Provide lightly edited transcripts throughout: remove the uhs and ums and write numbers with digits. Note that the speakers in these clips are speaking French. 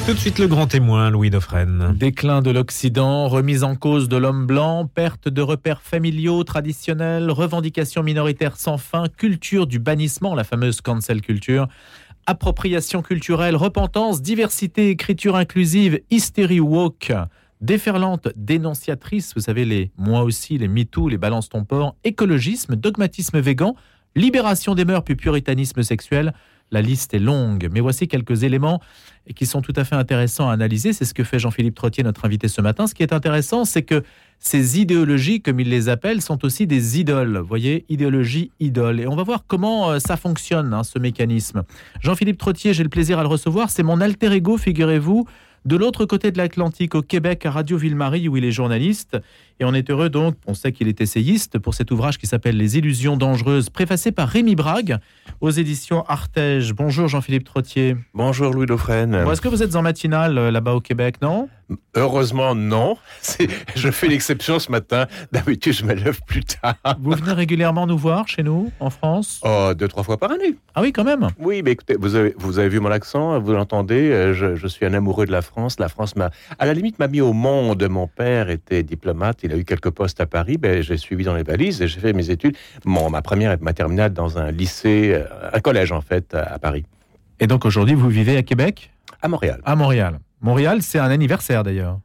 Tout de suite le grand témoin, Louis Dauphren. Déclin de l'Occident, remise en cause de l'homme blanc, perte de repères familiaux, traditionnels, revendications minoritaires sans fin, culture du bannissement, la fameuse cancel culture, appropriation culturelle, repentance, diversité, écriture inclusive, hystérie woke, déferlante, dénonciatrice, vous savez, les moi aussi, les MeToo, les balance ton porc, écologisme, dogmatisme végan, libération des mœurs puis puritanisme sexuel. La liste est longue, mais voici quelques éléments qui sont tout à fait intéressants à analyser. C'est ce que fait Jean-Philippe Trottier, notre invité ce matin. Ce qui est intéressant, c'est que ces idéologies, comme il les appelle, sont aussi des idoles. Vous voyez, idéologie, idole. Et on va voir comment ça fonctionne, ce mécanisme. Jean-Philippe Trottier, j'ai le plaisir à le recevoir. C'est mon alter ego, figurez-vous, de l'autre côté de l'Atlantique, au Québec, à Radio Ville-Marie, où il est journaliste. Et on est heureux donc, on sait qu'il est essayiste, pour cet ouvrage qui s'appelle Les illusions dangereuses, préfacé par Rémi Brague, aux éditions Artege. Bonjour Jean-Philippe Trottier. Bonjour Louis Dauphren. Bon, est-ce que vous êtes en matinale là-bas au Québec, non ? Heureusement non. Je fais l'exception ce matin. D'habitude, je me lève plus tard. Vous venez régulièrement nous voir chez nous, en France ? 2-3 fois par année. Ah oui, quand même. Oui, mais écoutez, vous avez vu mon accent, vous l'entendez, je suis un amoureux de la France. La France à la limite, m'a mis au monde. Mon père était diplomate, il a eu quelques postes à Paris. J'ai suivi dans les valises et j'ai fait mes études. Ma première et ma terminale dans un lycée, un collège en fait, à Paris. Et donc aujourd'hui, vous vivez à Québec ? À Montréal. À Montréal. Montréal, c'est un anniversaire d'ailleurs.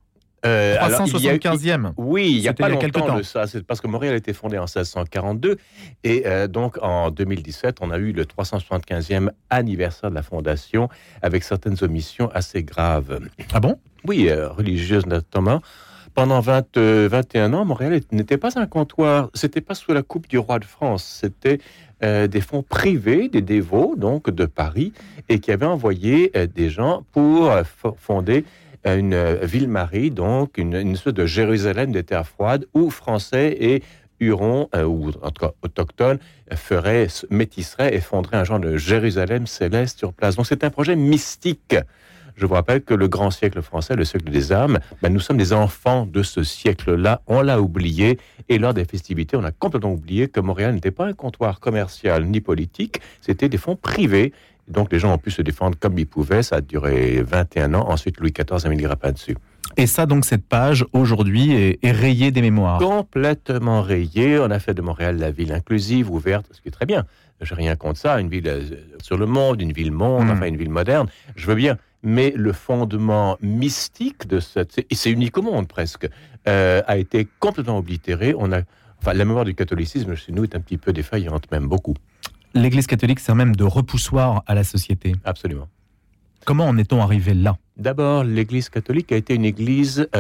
375e. Oui, il y a pas longtemps temps. de ça. C'est parce que Montréal a été fondé en 1642. Et donc, en 2017, on a eu le 375e anniversaire de la fondation avec certaines omissions assez graves. Ah bon ? Oui, religieuses notamment. Pendant 21 ans, Montréal n'était pas un comptoir. C'était pas sous la coupe du roi de France. C'était des fonds privés, des dévots, donc, de Paris, et qui avaient envoyé des gens pour fonder une Ville-Marie, donc une espèce de Jérusalem des terres froides, où Français et Hurons, ou en tout cas autochtones, métisseraient et fonderaient un genre de Jérusalem céleste sur place. Donc c'est un projet mystique. Je vous rappelle que le grand siècle français, le siècle des âmes, nous sommes des enfants de ce siècle-là. On l'a oublié. Et lors des festivités, on a complètement oublié que Montréal n'était pas un comptoir commercial ni politique. C'était des fonds privés. Donc les gens ont pu se défendre comme ils pouvaient. Ça a duré 21 ans. Ensuite, Louis XIV a mis le grappin dessus. Et ça, donc, cette page, aujourd'hui, est rayée des mémoires. Complètement rayée. On a fait de Montréal la ville inclusive, ouverte, ce qui est très bien. Je n'ai rien contre ça. Une ville sur le monde, une ville monde, enfin une ville moderne. Je veux bien. Mais le fondement mystique de et c'est unique au monde presque, a été complètement oblitéré. La mémoire du catholicisme chez nous est un petit peu défaillante, même beaucoup. L'Église catholique sert même de repoussoir à la société. Absolument. Comment en est-on arrivé là ? D'abord, l'Église catholique a été une Église...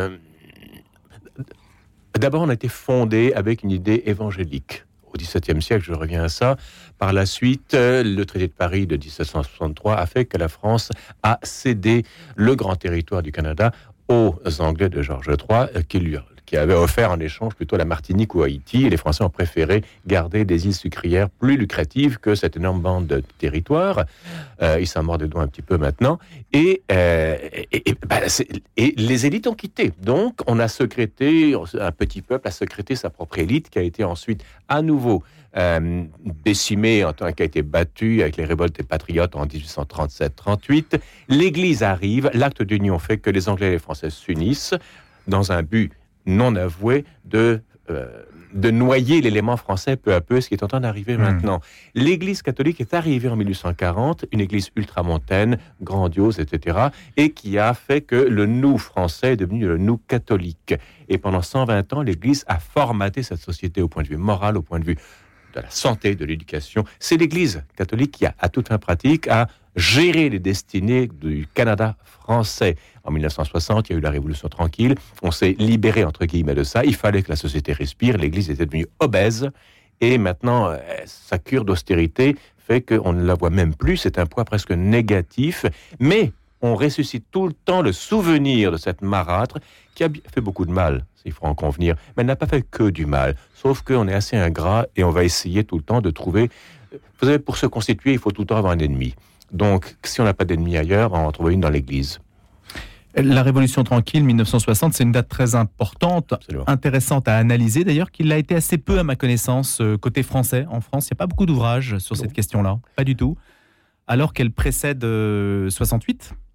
D'abord, on a été fondé avec une idée évangélique. Au XVIIe siècle, je reviens à ça. Par la suite, le traité de Paris de 1763 a fait que la France a cédé le grand territoire du Canada aux Anglais de Georges III, qui avaient offert en échange plutôt la Martinique ou Haïti. Et les Français ont préféré garder des îles sucrières plus lucratives que cette énorme bande de territoire. Ils s'en mordent les doigts un petit peu maintenant. Et les élites ont quitté. Donc, on a sécrété, un petit peuple a sécrété sa propre élite, qui a été ensuite à nouveau décimée, qui a été battue avec les révoltes des patriotes en 1837-38. L'Église arrive, l'acte d'union fait que les Anglais et les Français s'unissent dans un but non avoué de noyer l'élément français peu à peu, ce qui est en train d'arriver maintenant. L'Église catholique est arrivée en 1840, une église ultramontaine, grandiose, etc., et qui a fait que le nous français est devenu le nous catholique. Et pendant 120 ans, l'Église a formaté cette société au point de vue moral, au point de vue de la santé, de l'éducation. C'est l'Église catholique qui a, à toute fin pratique, a géré les destinées du Canada français. En 1960, il y a eu la Révolution tranquille. On s'est libéré, entre guillemets, de ça. Il fallait que la société respire. L'Église était devenue obèse. Et maintenant, sa cure d'austérité fait qu'on ne la voit même plus. C'est un poids presque négatif. Mais on ressuscite tout le temps le souvenir de cette marâtre qui a fait beaucoup de mal, il faut en convenir, mais elle n'a pas fait que du mal. Sauf qu'on est assez ingrat et on va essayer tout le temps de trouver... Vous savez, pour se constituer, il faut tout le temps avoir un ennemi. Donc, si on n'a pas d'ennemi ailleurs, on va en trouver une dans l'Église. La Révolution tranquille, 1960, c'est une date très importante, absolument intéressante à analyser. D'ailleurs, qu'il a été assez peu, à ma connaissance, côté français. En France, il n'y a pas beaucoup d'ouvrages sur cette question-là. Pas du tout. Alors qu'elle précède 68.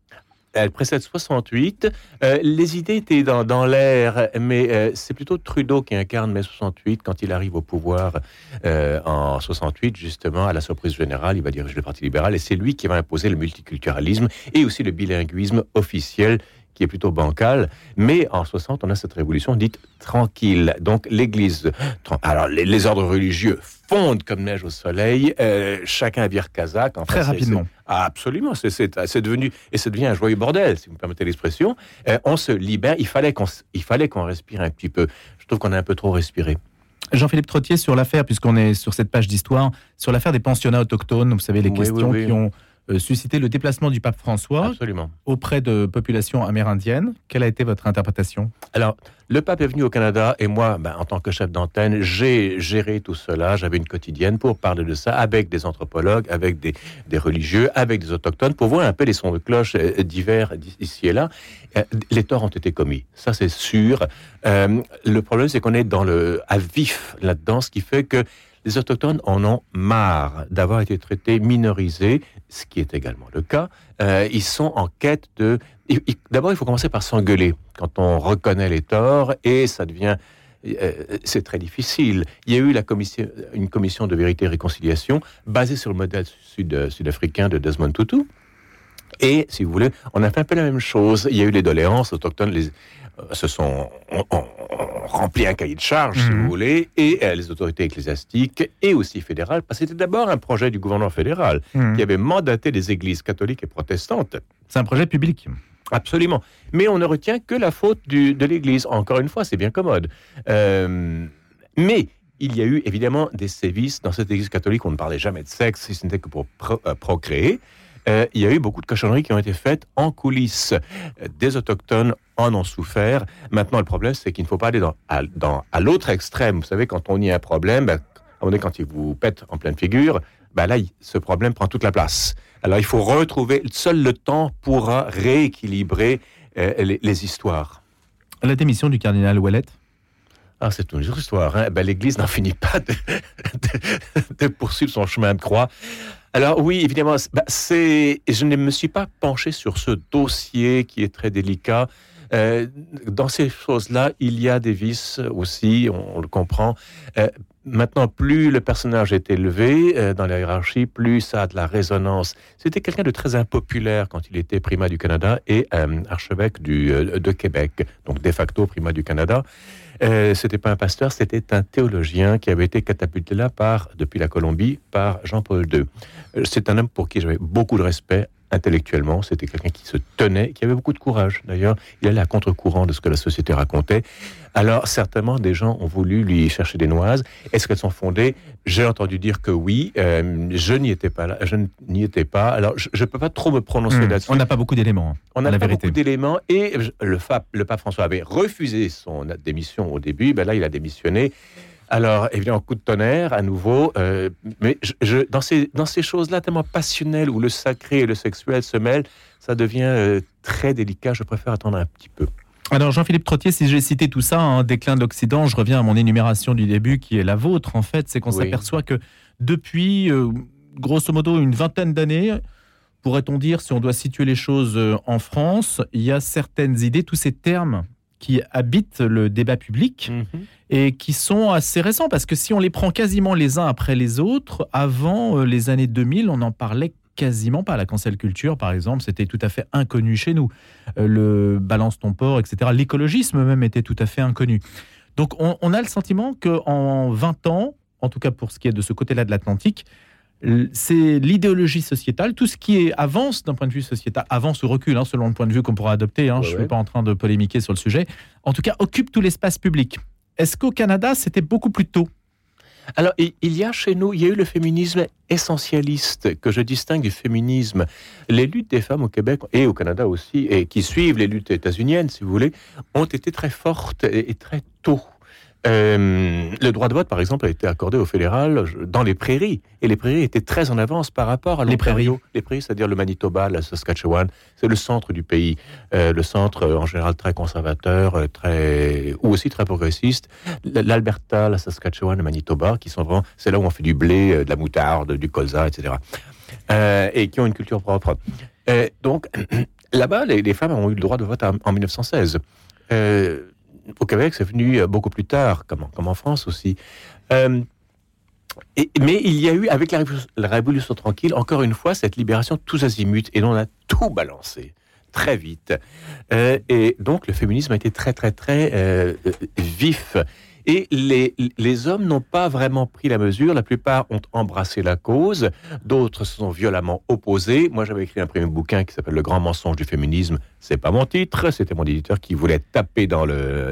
Elle précède 68. Les idées étaient dans l'air, mais c'est plutôt Trudeau qui incarne mai 68 quand il arrive au pouvoir en 68, justement, à la surprise générale. Il va diriger le Parti libéral et c'est lui qui va imposer le multiculturalisme et aussi le bilinguisme officiel qui est plutôt bancal, mais en 60, on a cette révolution dite tranquille. Donc l'Église, alors les ordres religieux fondent comme neige au soleil, chacun vire Kazakh. Enfin, très rapidement. Absolument, c'est devenu, et ça devient un joyeux bordel, si vous me permettez l'expression. On se libère, il fallait qu'on respire un petit peu. Je trouve qu'on a un peu trop respiré. Jean-Philippe Trottier, sur l'affaire, puisqu'on est sur cette page d'histoire, sur l'affaire des pensionnats autochtones, vous savez, les questions qui ont suscité le déplacement du pape François Absolument. Auprès de populations amérindiennes. Quelle a été votre interprétation ? Alors, le pape est venu au Canada et moi, en tant que chef d'antenne, j'ai géré tout cela. J'avais une quotidienne pour parler de ça avec des anthropologues, avec des religieux, avec des autochtones, pour voir un peu les sons de cloche divers ici et là. Les torts ont été commis, ça c'est sûr. Le problème, c'est qu'on est à vif là-dedans, ce qui fait que les Autochtones en ont marre d'avoir été traités minorisés, ce qui est également le cas. Ils sont en quête de... D'abord, il faut commencer par s'engueuler quand on reconnaît les torts, et ça devient... c'est très difficile. Il y a eu une commission de vérité et réconciliation basée sur le modèle sud-africain de Desmond Tutu. Et, si vous voulez, on a fait un peu la même chose. Il y a eu les doléances autochtones, ont rempli un cahier de charge, si vous voulez, et les autorités ecclésiastiques et aussi fédérales, parce que c'était d'abord un projet du gouvernement fédéral qui avait mandaté les églises catholiques et protestantes. C'est un projet public. Absolument. Mais on ne retient que la faute de l'Église. Encore une fois, c'est bien commode. Mais il y a eu évidemment des sévices dans cette Église catholique. On ne parlait jamais de sexe, si ce n'était que pour procréer. Il y a eu beaucoup de cochonneries qui ont été faites en coulisses. Des Autochtones en ont souffert. Maintenant, le problème, c'est qu'il ne faut pas aller à l'autre extrême. Vous savez, quand on y a un problème, à un moment donné, quand il vous pète en pleine figure, là, ce problème prend toute la place. Alors, il faut retrouver... Seul le temps pourra rééquilibrer les histoires. La démission du cardinal Ouellet ? C'est une autre histoire. L'Église n'en finit pas de poursuivre son chemin de croix. Alors oui, évidemment, je ne me suis pas penché sur ce dossier qui est très délicat. Dans ces choses-là, il y a des vices aussi, on le comprend. Maintenant, plus le personnage est élevé dans la hiérarchie, plus ça a de la résonance. C'était quelqu'un de très impopulaire quand il était primat du Canada et archevêque de Québec, donc de facto primat du Canada. C'était pas un pasteur, c'était un théologien qui avait été catapulté là depuis la Colombie par Jean-Paul II. C'est un homme pour qui j'avais beaucoup de respect intellectuellement. C'était quelqu'un qui se tenait, qui avait beaucoup de courage. D'ailleurs, il allait à contre-courant de ce que la société racontait. Alors, certainement, des gens ont voulu lui chercher des noises. Est-ce qu'elles sont fondées ? J'ai entendu dire que oui. Je n'y étais pas là. Je n'y étais pas. Alors, je ne peux pas trop me prononcer là-dessus. On n'a pas beaucoup d'éléments. On n'a pas beaucoup d'éléments. Et le pape François avait refusé son démission au début. Là, il a démissionné. Alors, évidemment, coup de tonnerre, à nouveau. Mais dans ces choses-là, tellement passionnelles, où le sacré et le sexuel se mêlent, ça devient très délicat. Je préfère attendre un petit peu. Alors, Jean-Philippe Trottier, si j'ai cité tout ça, un déclin de l'Occident, je reviens à mon énumération du début, qui est la vôtre, en fait. C'est qu'on s'aperçoit que depuis, grosso modo, une vingtaine d'années, pourrait-on dire, si on doit situer les choses en France, il y a certaines idées, tous ces termes qui habitent le débat public et qui sont assez récents, parce que si on les prend quasiment les uns après les autres, avant les années 2000, on n'en parlait quasiment pas. La cancel culture, par exemple, c'était tout à fait inconnu chez nous. Le balance ton porc, etc. L'écologisme même était tout à fait inconnu. Donc on a le sentiment qu'en 20 ans, en tout cas pour ce qui est de ce côté-là de l'Atlantique, c'est l'idéologie sociétale, tout ce qui avance d'un point de vue sociétal, avance ou recule, selon le point de vue qu'on pourra adopter, je ne suis pas en train de polémiquer sur le sujet, en tout cas occupe tout l'espace public. Est-ce qu'au Canada, c'était beaucoup plus tôt ? Alors, il y a chez nous, il y a eu le féminisme essentialiste, que je distingue du féminisme. Les luttes des femmes au Québec, et au Canada aussi, et qui suivent les luttes états-uniennes, si vous voulez, ont été très fortes et très tôt. Le droit de vote, par exemple, a été accordé au fédéral dans les prairies. Et les prairies étaient très en avance par rapport à l'Ontario. Les prairies, c'est-à-dire le Manitoba, la Saskatchewan, c'est le centre du pays. Le centre, en général, très conservateur, ou aussi très progressiste. L'Alberta, la Saskatchewan, le Manitoba, qui sont vraiment... C'est là où on fait du blé, de la moutarde, du colza, etc. Et qui ont une culture propre. Donc... Là-bas, les femmes ont eu le droit de vote en 1916. Au Québec, c'est venu beaucoup plus tard, comme en France aussi. Mais il y a eu, avec la Révolution tranquille, encore une fois, cette libération tous azimuts, et on a tout balancé très vite. Et donc, le féminisme a été très, très, très vif. Et les hommes n'ont pas vraiment pris la mesure. La plupart ont embrassé la cause. D'autres se sont violemment opposés. Moi, j'avais écrit un premier bouquin qui s'appelle « Le grand mensonge du féminisme ». C'est pas mon titre. C'était mon éditeur qui voulait taper dans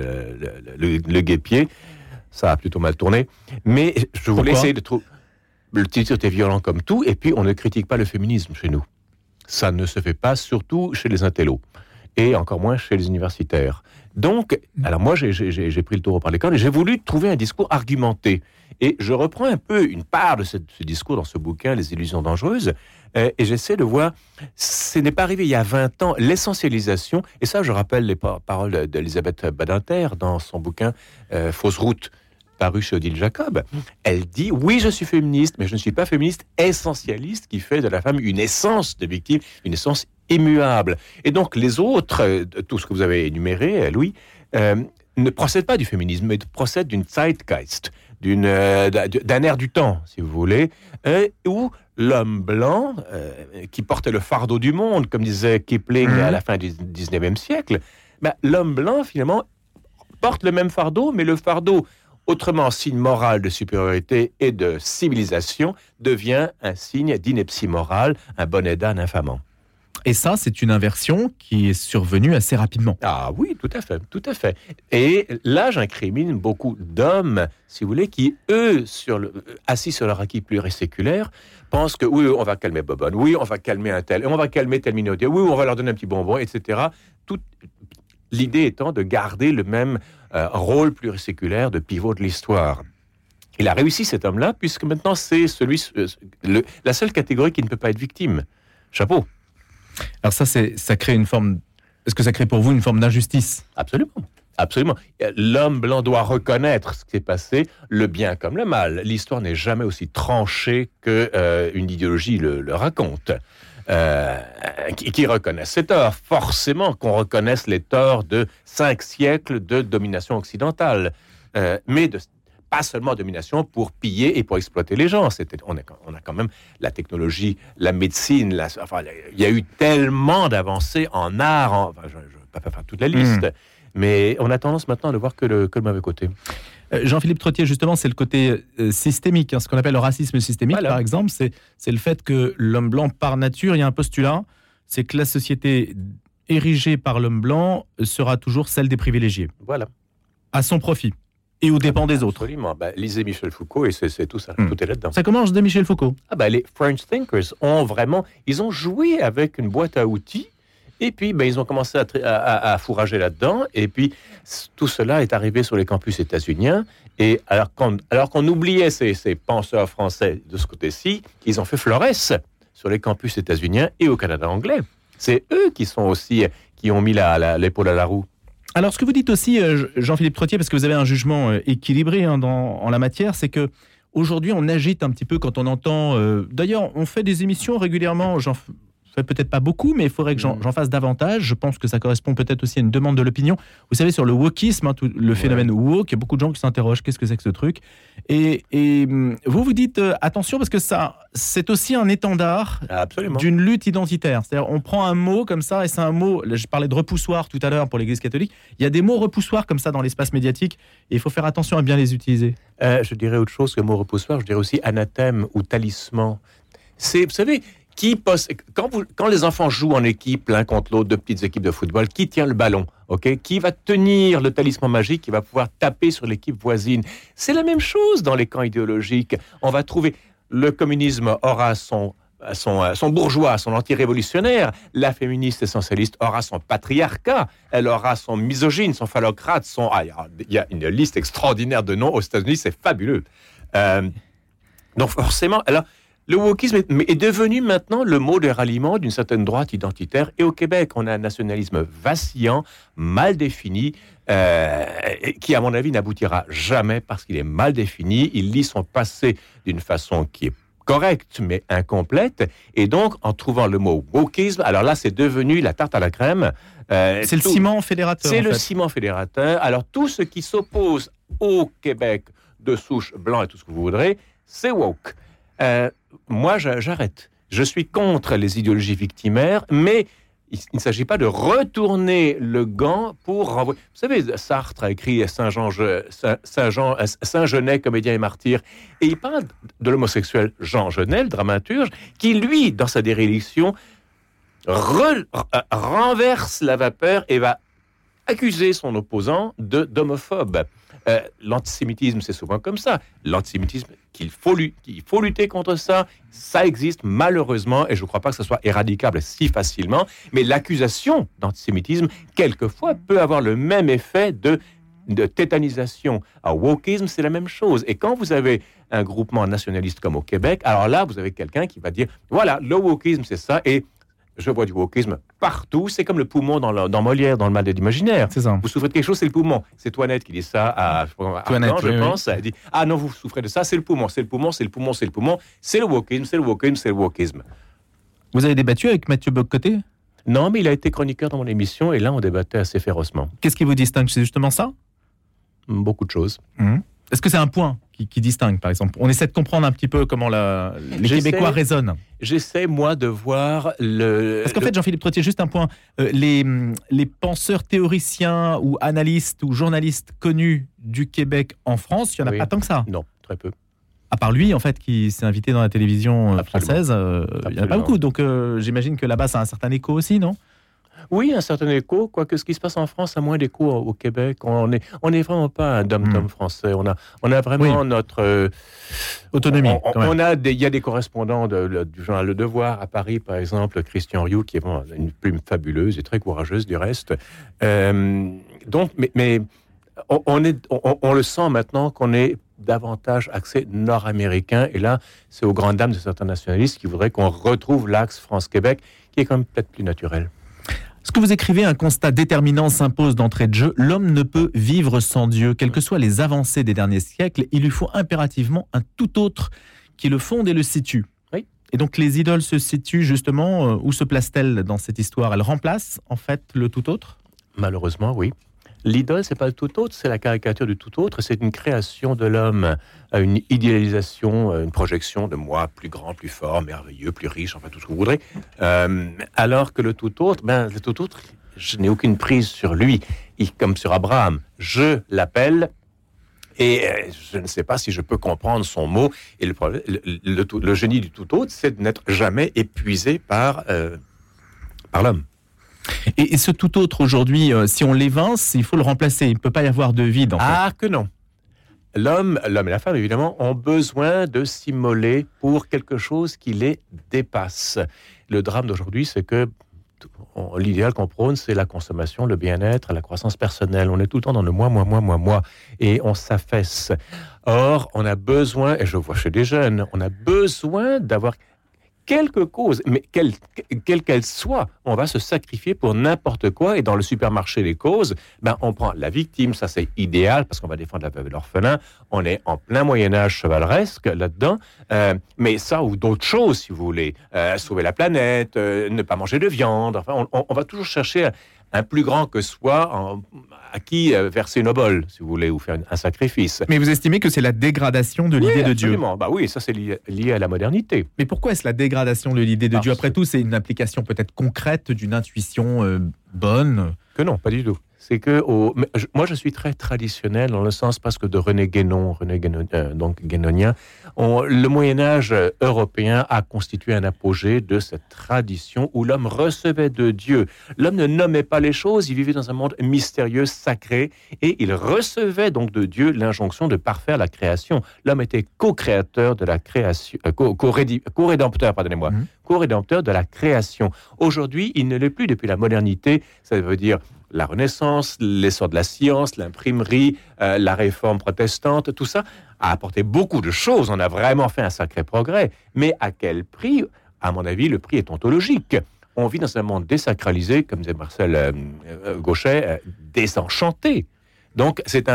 le guêpier. Ça a plutôt mal tourné. Mais je voulais essayer de trouver... Le titre était violent comme tout. Et puis, on ne critique pas le féminisme chez nous. Ça ne se fait pas, surtout chez les intellos. Et encore moins chez les universitaires. Donc, alors moi, j'ai pris le taureau par les cornes et j'ai voulu trouver un discours argumenté. Et je reprends un peu une part de ce discours dans ce bouquin, Les illusions dangereuses, et j'essaie de voir, ce n'est pas arrivé il y a 20 ans, l'essentialisation, et ça, je rappelle les paroles d'Elisabeth Badinter dans son bouquin « Fausse route », paru chez Odile Jacob. Elle dit, oui, je suis féministe, mais je ne suis pas féministe essentialiste qui fait de la femme une essence de victime, une essence immuable. Et donc, les autres, tout ce que vous avez énuméré, Louis, ne procèdent pas du féminisme, mais procèdent d'une Zeitgeist, d'un air du temps, si vous voulez, où l'homme blanc, qui portait le fardeau du monde, comme disait Kipling à la fin du 19e siècle, l'homme blanc, finalement, porte le même fardeau, mais le fardeau, autrement signe moral de supériorité et de civilisation, devient un signe d'ineptie morale, un bonnet d'âne infamant. Et ça, c'est une inversion qui est survenue assez rapidement. Ah oui, tout à fait, tout à fait. Et là, j'incrimine beaucoup d'hommes, si vous voulez, qui, eux, assis sur leur acquis pluriséculaire, pensent que oui, on va calmer Bobonne, oui, on va calmer un tel, on va calmer tel minorité, oui, on va leur donner un petit bonbon, etc. L'idée étant de garder le même rôle pluriséculaire de pivot de l'histoire. Il a réussi, cet homme-là, puisque maintenant, c'est la seule catégorie qui ne peut pas être victime. Chapeau. Alors ça crée une forme... Est-ce que ça crée pour vous une forme d'injustice ? Absolument. Absolument. L'homme blanc doit reconnaître ce qui s'est passé, le bien comme le mal. L'histoire n'est jamais aussi tranchée qu'une idéologie le raconte. Qui reconnaissent ses torts. Forcément qu'on reconnaisse les torts de 5 siècles de domination occidentale. Mais pas seulement domination pour piller et pour exploiter les gens. On a quand même la technologie, la médecine. Il y a eu tellement d'avancées en art. Je ne vais pas faire toute la liste. Mais on a tendance maintenant à ne voir que le mauvais côté. Jean-Philippe Trottier, justement, c'est le côté systémique, ce qu'on appelle le racisme systémique, voilà. Par exemple, c'est le fait que l'homme blanc, par nature, il y a un postulat, c'est que la société érigée par l'homme blanc sera toujours celle des privilégiés. Voilà. À son profit et aux dépens des autres. Absolument. Lisez Michel Foucault et c'est tout ça. Tout est là-dedans. Ça commence de Michel Foucault. Les French thinkers ils ont joué avec une boîte à outils. Et puis, ils ont commencé à fourrager là-dedans. Et puis, tout cela est arrivé sur les campus états-uniens. Et alors qu'on oubliait ces penseurs français de ce côté-ci, ils ont fait florès sur les campus états-uniens et au Canada anglais. C'est eux qui ont mis l'épaule à la roue. Alors, ce que vous dites aussi, Jean-Philippe Trottier, parce que vous avez un jugement équilibré en la matière, c'est que aujourd'hui, on agite un petit peu quand on entend... D'ailleurs, on fait des émissions régulièrement... Peut-être pas beaucoup, mais il faudrait que j'en fasse davantage. Je pense que ça correspond peut-être aussi à une demande de l'opinion. Vous savez, sur le wokisme, le phénomène woke, il y a beaucoup de gens qui s'interrogent, qu'est-ce que c'est que ce truc ? Et vous dites, attention, parce que ça, c'est aussi un étendard d'une lutte identitaire. C'est-à-dire, on prend un mot comme ça, et c'est un mot, je parlais de repoussoir tout à l'heure pour l'Église catholique, il y a des mots repoussoirs comme ça dans l'espace médiatique, et il faut faire attention à bien les utiliser. Je dirais autre chose que mot repoussoir, je dirais aussi anathème ou talisman. Vous savez... Quand les enfants jouent en équipe, l'un contre l'autre, 2 petites équipes de football, qui tient le ballon, qui va tenir le talisman magique, qui va pouvoir taper sur l'équipe voisine? C'est la même chose dans les camps idéologiques. On va trouver, le communisme aura son bourgeois, son anti-révolutionnaire. La féministe essentialiste aura son patriarcat. Elle aura son misogyne, son phallocrate, il y a une liste extraordinaire de noms aux États-Unis, c'est fabuleux. Donc forcément, alors... Le wokisme est devenu maintenant le mot de ralliement d'une certaine droite identitaire. Et au Québec, on a un nationalisme vacillant, mal défini, qui, à mon avis, n'aboutira jamais parce qu'il est mal défini. Il lit son passé d'une façon qui est correcte, mais incomplète. Et donc, en trouvant le mot wokisme, alors là, c'est devenu la tarte à la crème. C'est le ciment fédérateur. C'est le ciment fédérateur. Alors, tout ce qui s'oppose au Québec de souche blanc et tout ce que vous voudrez, c'est woke. Moi, j'arrête. Je suis contre les idéologies victimaires, mais il ne s'agit pas de retourner le gant pour renvoyer. Vous savez, Sartre a écrit Saint-Genet, comédien et martyr, et il parle de l'homosexuel Jean Genet, le dramaturge, qui, lui, dans sa déréliction, renverse la vapeur et va accuser son opposant d'homophobe. L'antisémitisme, c'est souvent comme ça. L'antisémitisme, qu'il faut lutter contre ça. Ça existe malheureusement, et je ne crois pas que ça soit éradicable si facilement. Mais l'accusation d'antisémitisme, quelquefois, peut avoir le même effet de tétanisation. Alors, wokisme, c'est la même chose. Et quand vous avez un groupement nationaliste comme au Québec, alors là, vous avez quelqu'un qui va dire, voilà, le wokisme, c'est ça, et je vois du wokisme partout. C'est comme le poumon dans Molière, dans le mal de l'imaginaire. C'est ça. Vous souffrez de quelque chose, c'est le poumon. C'est Toinette qui dit ça à Toinette, je pense. Elle dit, ah non, vous souffrez de ça, c'est le poumon, c'est le poumon, c'est le poumon, c'est le poumon. C'est le wokisme, c'est le wokisme, c'est le wokisme. Vous avez débattu avec Mathieu Bock-Côté ? Non, mais il a été chroniqueur dans mon émission et là, on débattait assez férocement. Qu'est-ce qui vous distingue ? C'est justement ça ? Beaucoup de choses. Est-ce que c'est un point qui distingue, par exemple ? On essaie de comprendre un petit peu comment les Québécois raisonnent. J'essaie, moi, de voir le... Parce qu'en fait, Jean-Philippe Trottier, juste un point. Les penseurs théoriciens ou analystes ou journalistes connus du Québec en France, il n'y en a pas tant que ça. Non, très peu. À part lui, en fait, qui s'est invité dans la télévision française, il n'y en a pas beaucoup. Donc, j'imagine que là-bas, ça a un certain écho aussi, non ? Oui, un certain écho, quoique ce qui se passe en France a moins d'écho au Québec. On n'est vraiment pas un dom-tom français. On a vraiment notre autonomie. Il y a des correspondants du journal Le Devoir à Paris, par exemple, Christian Rioux, qui est vraiment une plume fabuleuse et très courageuse du reste. Donc, mais on le sent maintenant qu'on est davantage axé nord-américain. Et là, c'est aux grandes dames de certains nationalistes qui voudraient qu'on retrouve l'axe France-Québec, qui est quand même peut-être plus naturel. Ce que vous écrivez, un constat déterminant s'impose d'entrée de jeu. L'homme ne peut vivre sans Dieu. Quelles que soient les avancées des derniers siècles, il lui faut impérativement un tout autre qui le fonde et le situe. Oui. Et donc les idoles se situent justement, où se placent-elles dans cette histoire ? Elles remplacent en fait le tout autre ? Malheureusement, oui. L'idole, c'est pas le tout autre, c'est la caricature du tout autre. C'est une création de l'homme, une idéalisation, une projection de moi plus grand, plus fort, merveilleux, plus riche, enfin tout ce que vous voudrez. Alors que le tout autre, je n'ai aucune prise sur lui. Comme sur Abraham, je l'appelle et je ne sais pas si je peux comprendre son mot. Et le génie du tout autre, c'est de n'être jamais épuisé par l'homme. Et ce tout autre aujourd'hui, si on l'évince, il faut le remplacer. Il ne peut pas y avoir de vide. En fait. Ah, que non. L'homme et la femme, évidemment, ont besoin de s'immoler pour quelque chose qui les dépasse. Le drame d'aujourd'hui, c'est que l'idéal qu'on prône, c'est la consommation, le bien-être, la croissance personnelle. On est tout le temps dans le moi, et on s'affaisse. Or, on a besoin, et je vois chez des jeunes, on a besoin d'avoir quelque cause, mais quelle qu'elle soit, on va se sacrifier pour n'importe quoi. Et dans le supermarché, les causes, on prend la victime, ça c'est idéal, parce qu'on va défendre la veuve et l'orphelin. On est en plein Moyen-Âge chevaleresque là-dedans. Mais ça, ou d'autres choses, si vous voulez. Sauver la planète, ne pas manger de viande. Enfin, on va toujours chercher un plus grand que soi à qui verser une obole, si vous voulez, ou faire un sacrifice. Mais vous estimez que c'est la dégradation de l'idée de Dieu ? Absolument. Oui, ça c'est lié à la modernité. Mais pourquoi est-ce la dégradation de l'idée de Dieu ? Après tout, c'est une application peut-être concrète d'une intuition bonne ? Que non, pas du tout. C'est que moi, je suis très traditionnel dans le sens presque de René Guénon, donc guénonien. Le Moyen-Âge européen a constitué un apogée de cette tradition où l'homme recevait de Dieu. L'homme ne nommait pas les choses, il vivait dans un monde mystérieux, sacré, et il recevait donc de Dieu l'injonction de parfaire la création. L'homme était co-créateur de la création, co-rédempteur, pardonnez-moi, co-rédempteur de la création. Aujourd'hui, il ne l'est plus depuis la modernité, ça veut dire la Renaissance, l'essor de la science, l'imprimerie, la réforme protestante, tout ça a apporté beaucoup de choses. On a vraiment fait un sacré progrès. Mais à quel prix ? À mon avis, le prix est ontologique. On vit dans un monde désacralisé, comme disait Marcel Gauchet, désenchanté. Donc,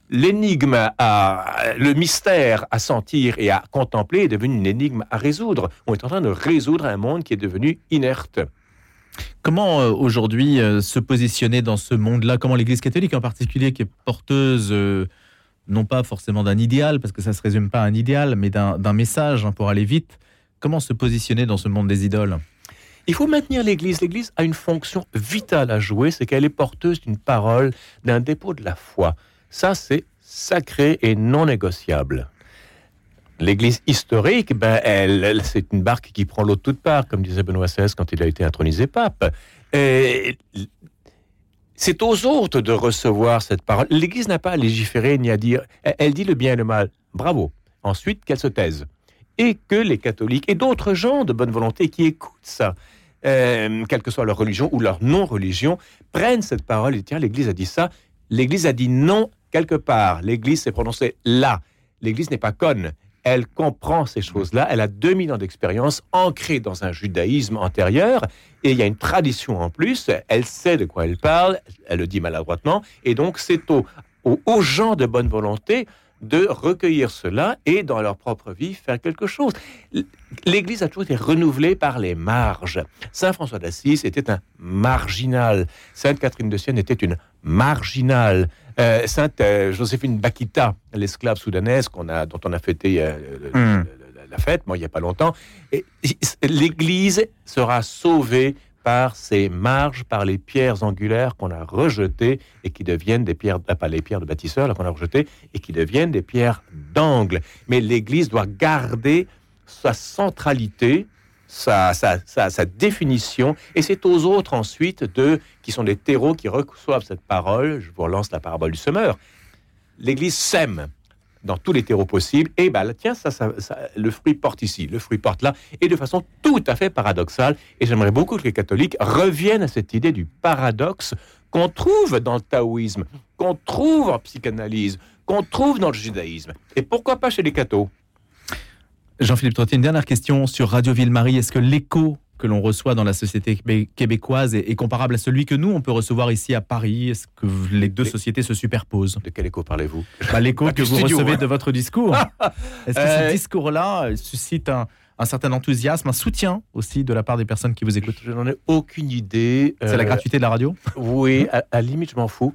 l'énigme, le mystère à sentir et à contempler est devenu une énigme à résoudre. On est en train de résoudre un monde qui est devenu inerte. Comment aujourd'hui se positionner dans ce monde-là? Comment l'Église catholique en particulier, qui est porteuse non pas forcément d'un idéal, parce que ça ne se résume pas à un idéal, mais d'un message pour aller vite, comment se positionner dans ce monde des idoles? Il faut maintenir l'Église. L'Église a une fonction vitale à jouer, c'est qu'elle est porteuse d'une parole, d'un dépôt de la foi. Ça, c'est sacré et non négociable. L'Église historique, c'est une barque qui prend l'eau de toutes parts, comme disait Benoît XVI quand il a été intronisé pape. Et c'est aux autres de recevoir cette parole. L'Église n'a pas à légiférer ni à dire. Elle dit le bien et le mal. Bravo. Ensuite, qu'elle se taise. Et que les catholiques et d'autres gens de bonne volonté qui écoutent ça, quelle que soit leur religion ou leur non-religion, prennent cette parole et disent, tiens, l'Église a dit ça. L'Église a dit non quelque part. L'Église s'est prononcée là. L'Église n'est pas conne. Elle comprend ces choses-là. Elle a 2000 ans d'expérience ancrée dans un judaïsme antérieur. Et il y a une tradition en plus. Elle sait de quoi elle parle. Elle le dit maladroitement. Et donc, c'est aux gens de bonne volonté de recueillir cela et, dans leur propre vie, faire quelque chose. L'Église a toujours été renouvelée par les marges. Saint François d'Assise était un marginal. Sainte Catherine de Sienne était une marginale. Sainte Joséphine Bakita, l'esclave soudanaise dont on a fêté la fête, il n'y a pas longtemps. Et l'Église sera sauvée par ces marges, par les pierres angulaires qu'on a rejetées et qui deviennent des pierres, pas les pierres de bâtisseurs là, qu'on a rejetées, et qui deviennent des pierres d'angle. Mais l'Église doit garder sa centralité, sa définition, et c'est aux autres ensuite, qui sont des terreaux qui reçoivent cette parole. Je vous relance la parabole du semeur. L'Église sème dans tous les terreaux possibles, et tiens, le fruit porte ici, le fruit porte là, et de façon tout à fait paradoxale. Et j'aimerais beaucoup que les catholiques reviennent à cette idée du paradoxe qu'on trouve dans le taoïsme, qu'on trouve en psychanalyse, qu'on trouve dans le judaïsme. Et pourquoi pas chez les cathos? Jean-Philippe Trottier, une dernière question sur Radio Ville-Marie. Est-ce que l'écho que l'on reçoit dans la société québécoise est comparable à celui que nous, on peut recevoir ici à Paris? Est-ce que les deux sociétés se superposent? De quel écho parlez-vous? L'écho que vous recevez de votre discours. Est-ce que ce discours-là suscite un certain enthousiasme, un soutien aussi de la part des personnes qui vous écoutent? Je n'en ai aucune idée. C'est la gratuité de la radio? Oui, à la limite, je m'en fous.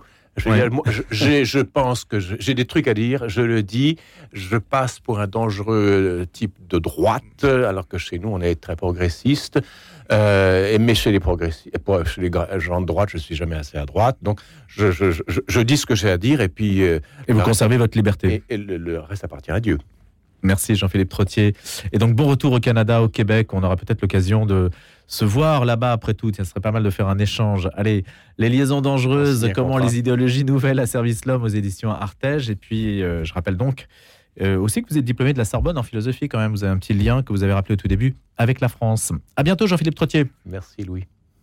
Je pense que j'ai des trucs à dire, je le dis, je passe pour un dangereux type de droite, alors que chez nous, on est très progressiste. Mais chez les gens de droite, je ne suis jamais assez à droite. Donc, je dis ce que j'ai à dire, et puis... et vous conservez votre liberté. Et le reste appartient à Dieu. Merci Jean-Philippe Trottier. Et donc, bon retour au Canada, au Québec. On aura peut-être l'occasion de se voir là-bas après tout. Ce serait pas mal de faire un échange. Allez, les liaisons dangereuses, comment les idéologies nouvelles asservissent l'homme, aux éditions Artege. Et puis, je rappelle donc aussi que vous êtes diplômé de la Sorbonne en philosophie quand même. Vous avez un petit lien que vous avez rappelé au tout début avec la France. À bientôt Jean-Philippe Trottier. Merci Louis.